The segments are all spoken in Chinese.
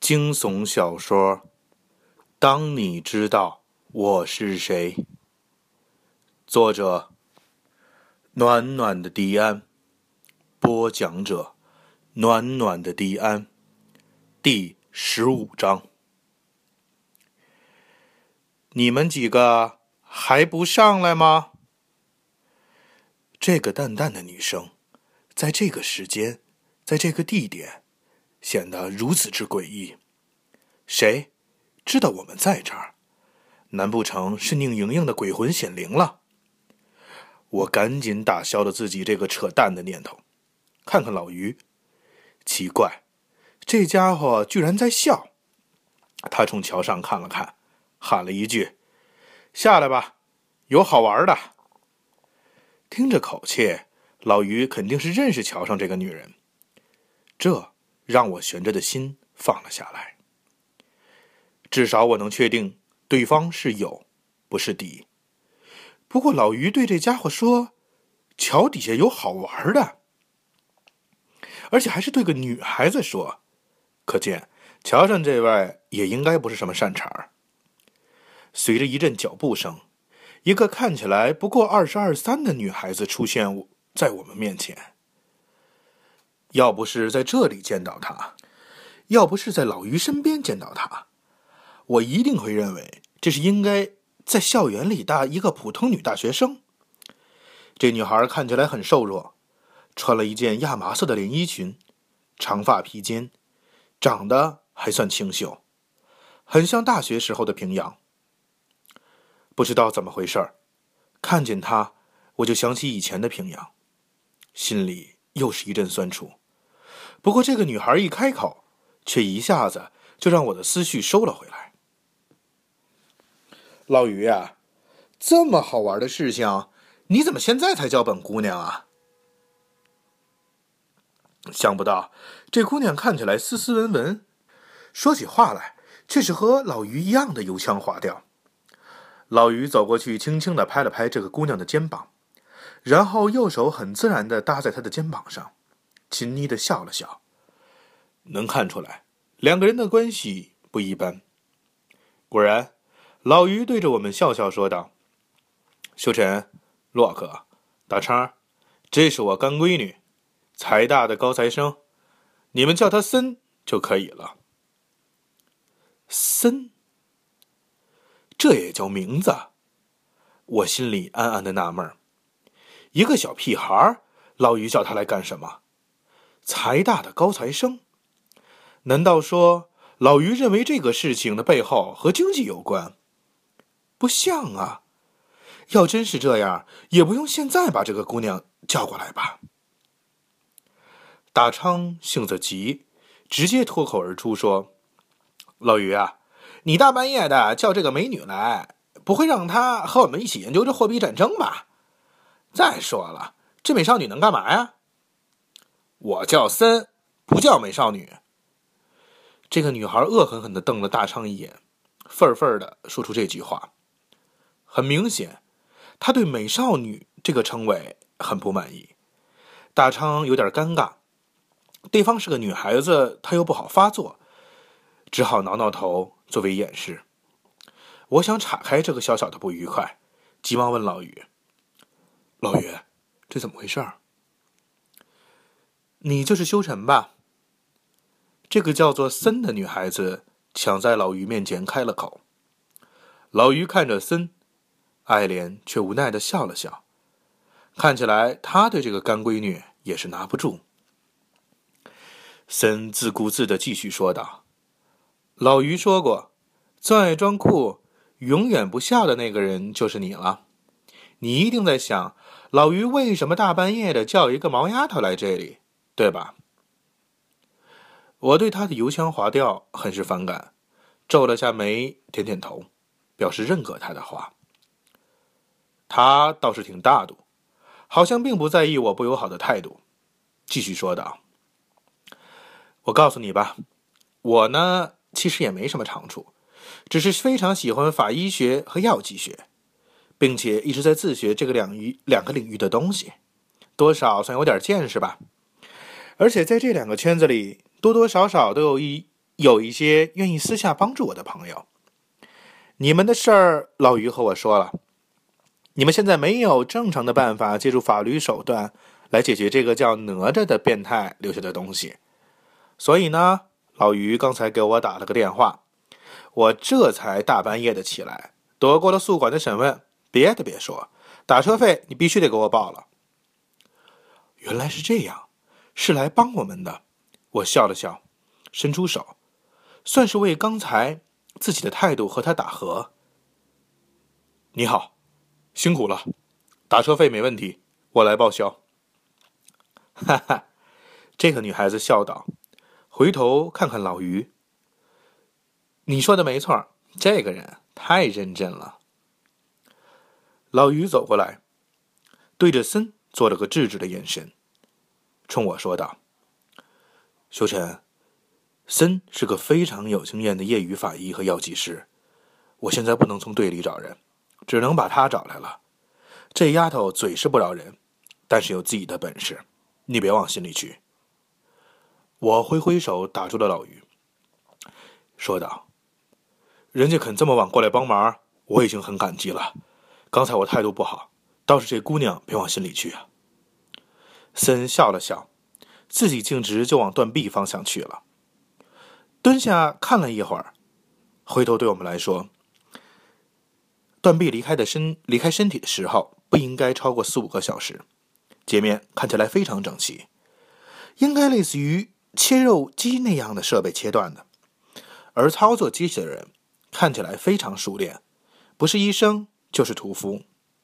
惊悚小说《当你知道我是谁》，作者暖暖的迪安，播讲者暖暖的迪安，第15章。你们几个还不上来吗？这个淡淡的女声，在这个时间，在这个地点，显得如此之诡异。谁知道我们在这儿？难不成是宁莹莹的鬼魂显灵了？我赶紧打消了自己这个扯淡的念头，看看老于，奇怪，这家伙居然在笑。他冲桥上看了看，喊了一句：“下来吧，有好玩的。”听着口气，老于肯定是认识桥上这个女人，这让我悬着的心放了下来。至少我能确定对方是友，不是敌。不过老于对这家伙说，桥底下有好玩的，而且还是对个女孩子说，可见桥上这位也应该不是什么善茬。随着一阵脚步声，一个看起来不过22、23的女孩子出现在我们面前。要不是在这里见到她，要不是在老于身边见到她，我一定会认为这是应该在校园里的一个普通女大学生。这女孩看起来很瘦弱，穿了一件亚麻色的连衣裙，长发披肩，长得还算清秀，很像大学时候的平阳。不知道怎么回事，看见她我就想起以前的平阳，心里又是一阵酸楚。不过这个女孩一开口，却一下子就让我的思绪收了回来。老于啊，这么好玩的事情，你怎么现在才叫本姑娘啊？想不到这姑娘看起来斯斯文文，说起话来却是和老于一样的油腔滑调。老于走过去，轻轻地拍了拍这个姑娘的肩膀，然后右手很自然地搭在她的肩膀上，亲昵地笑了笑。能看出来，两个人的关系不一般。果然，老于对着我们笑笑说道：“修晨、洛克、大昌，这是我干闺女，财大的高材生，你们叫她森就可以了。”森，这也叫名字？我心里暗暗的纳闷，一个小屁孩，老于叫他来干什么？财大的高材生？难道说老于认为这个事情的背后和经济有关？不像啊，要真是这样，也不用现在把这个姑娘叫过来吧。大昌性子急，直接脱口而出说：“老于啊，你大半夜的叫这个美女来，不会让她和我们一起研究这货币战争吧？再说了，这美少女能干嘛呀？”我叫森，不叫美少女。这个女孩恶狠狠地瞪了大昌一眼，愤愤地说出这句话。很明显，她对美少女这个称谓很不满意。大昌有点尴尬，对方是个女孩子，他又不好发作，只好挠挠头作为掩饰。我想岔开这个小小的不愉快，急忙问老于：“老于，这怎么回事？”“你就是修晨吧？”这个叫做森的女孩子抢在老于面前开了口。老于看着森，爱怜却无奈地笑了笑，看起来他对这个干闺女也是拿不住。森自顾自地继续说道：“老于说过，最爱装酷永远不笑的那个人就是你了。你一定在想，老于为什么大半夜的叫一个毛丫头来这里，对吧？”我对他的油腔滑调很是反感，皱了下眉，点点头，表示认可他的话。他倒是挺大度，好像并不在意我不友好的态度，继续说道：“我告诉你吧，我呢其实也没什么长处，只是非常喜欢法医学和药剂学，并且一直在自学这个两个领域的东西，多少算有点见识吧。而且在这两个圈子里，多多少少都有有一些愿意私下帮助我的朋友。你们的事儿，老于和我说了，你们现在没有正常的办法借助法律手段来解决这个叫哪吒的变态留下的东西。所以呢，老于刚才给我打了个电话，我这才大半夜的起来，躲过了宿管的审问，别的别说，打车费你必须得给我报了。原来是这样，是来帮我们的。我笑了笑，伸出手，算是为刚才自己的态度和他打和。你好，辛苦了，打车费没问题，我来报销。哈哈，这个女孩子笑道，回头看看老于。你说的没错，这个人太认真了。老于走过来，对着森做了个制止的眼神，冲我说道：修晨，森是个非常有经验的业余法医和药剂师，我现在不能从队里找人，只能把他找来了。这丫头嘴是不饶人，但是有自己的本事，你别往心里去。我挥挥手打住了老于，说道：人家肯这么晚过来帮忙，我已经很感激了。刚才我态度不好，倒是这姑娘别往心里去啊。森笑了笑，自己径直就往断臂方向去了，蹲下看了一会儿，回头对我们来说，断臂离开身体的时候不应该超过4-5个小时，界面看起来非常整齐，应该类似于切肉机那样的设备切断的，而操作机器的人看起来非常熟练，不是医生就是屠夫。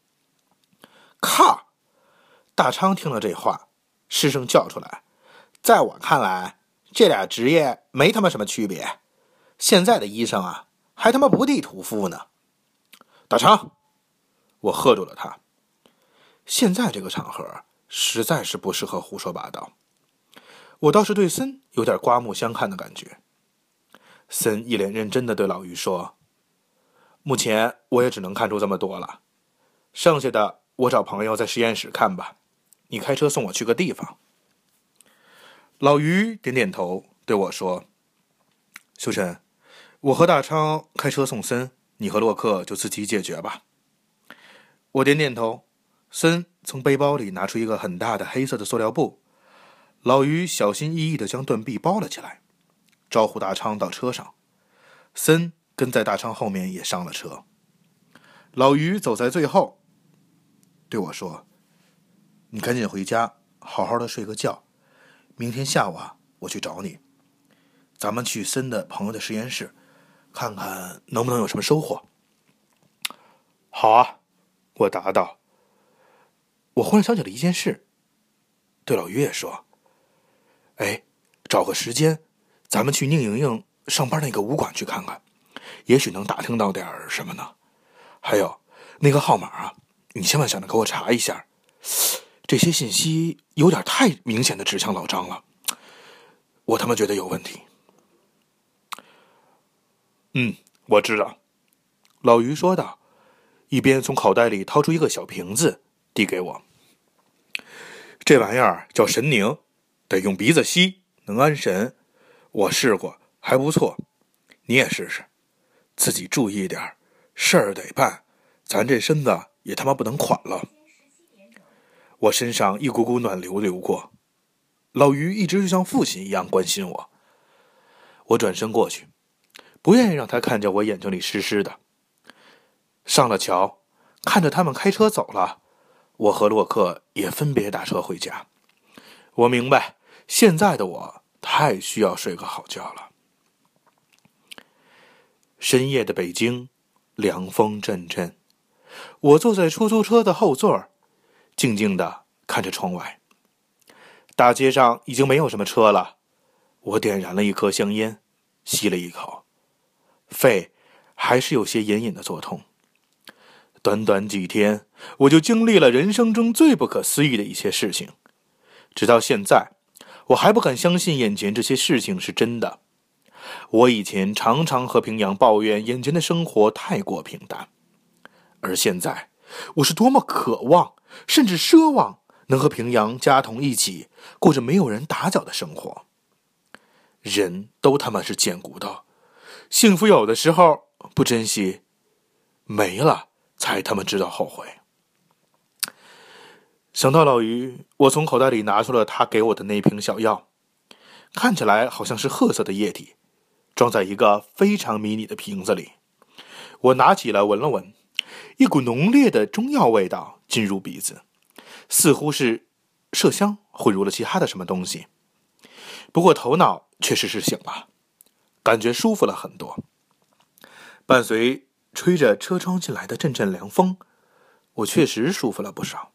靠！大昌听了这话，失声叫出来，在我看来，这俩职业没他妈什么区别，现在的医生啊，还他妈不敌屠夫呢。大昌，我喝住了他，现在这个场合实在是不适合胡说八道。我倒是对森有点刮目相看的感觉。森一脸认真地对老于说：目前我也只能看出这么多了，剩下的我找朋友在实验室看吧，你开车送我去个地方。老于点点头对我说：修晨，我和大昌开车送森，你和洛克就自己解决吧。我点点头，森从背包里拿出一个很大的黑色的塑料布，老于小心翼翼地将断臂包了起来，招呼大昌到车上，森跟在大昌后面也上了车。老于走在最后，对我说：你赶紧回家，好好的睡个觉，明天下午我去找你，咱们去森的朋友的实验室，看看能不能有什么收获。好啊，我答道。我忽然想起了一件事，对老于也说：找个时间，咱们去宁莹莹上班那个武馆去看看，也许能打听到点什么呢。还有那个号码你千万想着给我查一下，这些信息有点太明显的指向老张了，我他妈觉得有问题。我知道，老于说道，一边从口袋里掏出一个小瓶子递给我。这玩意儿叫神宁，得用鼻子吸，能安神，我试过还不错，你也试试，自己注意点，事儿得办，咱这身子也他妈不能垮了。我身上一股股暖流流过，老于一直就像父亲一样关心我。我转身过去，不愿意让他看见我眼睛里湿湿的。上了桥，看着他们开车走了，我和洛克也分别打车回家。我明白，现在的我太需要睡个好觉了。深夜的北京，凉风阵阵，我坐在出租车的后座，静静地看着窗外。大街上已经没有什么车了，我点燃了一颗香烟，吸了一口，肺还是有些隐隐的作痛。短短几天，我就经历了人生中最不可思议的一些事情，直到现在，我还不敢相信眼前这些事情是真的。我以前常常和平阳抱怨眼前的生活太过平淡，而现在，我是多么渴望，甚至奢望能和平阳家同一起过着没有人打搅的生活。 人都他妈是贱骨头，幸福有的时候不珍惜，没了才他妈知道后悔。想到老于，我从口袋里拿出了他给我的那瓶小药，看起来好像是褐色的液体，装在一个非常迷你的瓶子里。我拿起来闻了闻，一股浓烈的中药味道进入鼻子，似乎是麝香混入了其他的什么东西。不过头脑确实是醒了，感觉舒服了很多。伴随吹着车窗进来的阵阵凉风，我确实舒服了不少。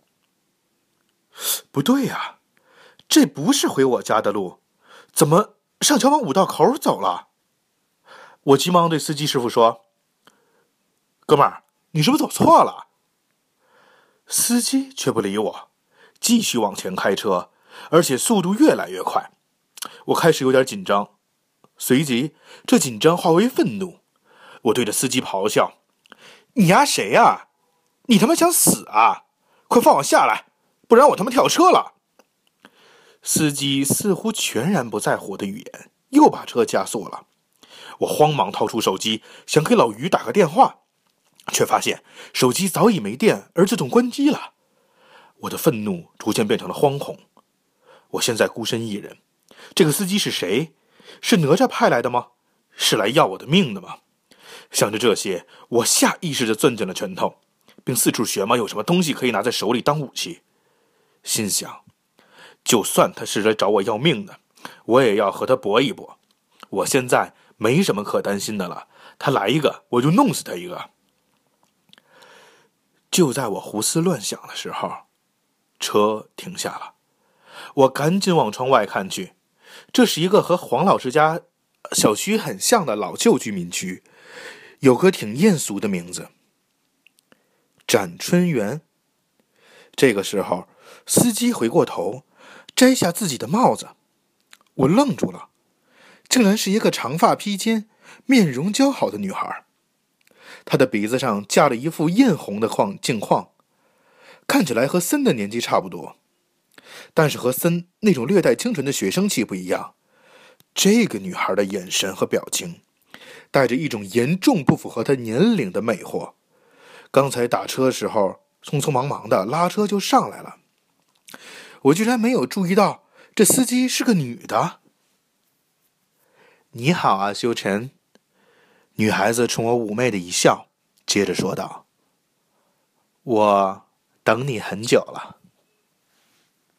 不对呀，这不是回我家的路，怎么上桥往五道口走了？我急忙对司机师傅说：“哥们儿，你是不是走错了？”司机却不理我，继续往前开车，而且速度越来越快。我开始有点紧张，随即这紧张化为愤怒。我对着司机咆哮：“你丫谁呀？你他妈想死啊？快放我下来，不然我他妈跳车了！”司机似乎全然不在乎我的语言，又把车加速了。我慌忙掏出手机，想给老于打个电话，却发现手机早已没电而自动关机了。我的愤怒逐渐变成了惶恐。我现在孤身一人，这个司机是谁？是哪吒派来的吗？是来要我的命的吗？想着这些，我下意识地攥紧了拳头，并四处寻摸有什么东西可以拿在手里当武器。心想，就算他是来找我要命的，我也要和他搏一搏。我现在没什么可担心的了，他来一个我就弄死他一个。就在我胡思乱想的时候，车停下了。我赶紧往窗外看去，这是一个和黄老师家小区很像的老旧居民区，有个挺艳俗的名字，展春园。这个时候，司机回过头，摘下自己的帽子，我愣住了，竟然是一个长发披肩、面容姣好的女孩。她的鼻子上架了一副艳红的镜框，看起来和森的年纪差不多，但是和森那种略带清纯的学生气不一样。这个女孩的眼神和表情带着一种严重不符合她年龄的魅惑。刚才打车的时候匆匆忙忙的拉车就上来了，我居然没有注意到这司机是个女的。你好啊，修晨。女孩子冲我妩媚的一笑，接着说道：“我等你很久了。”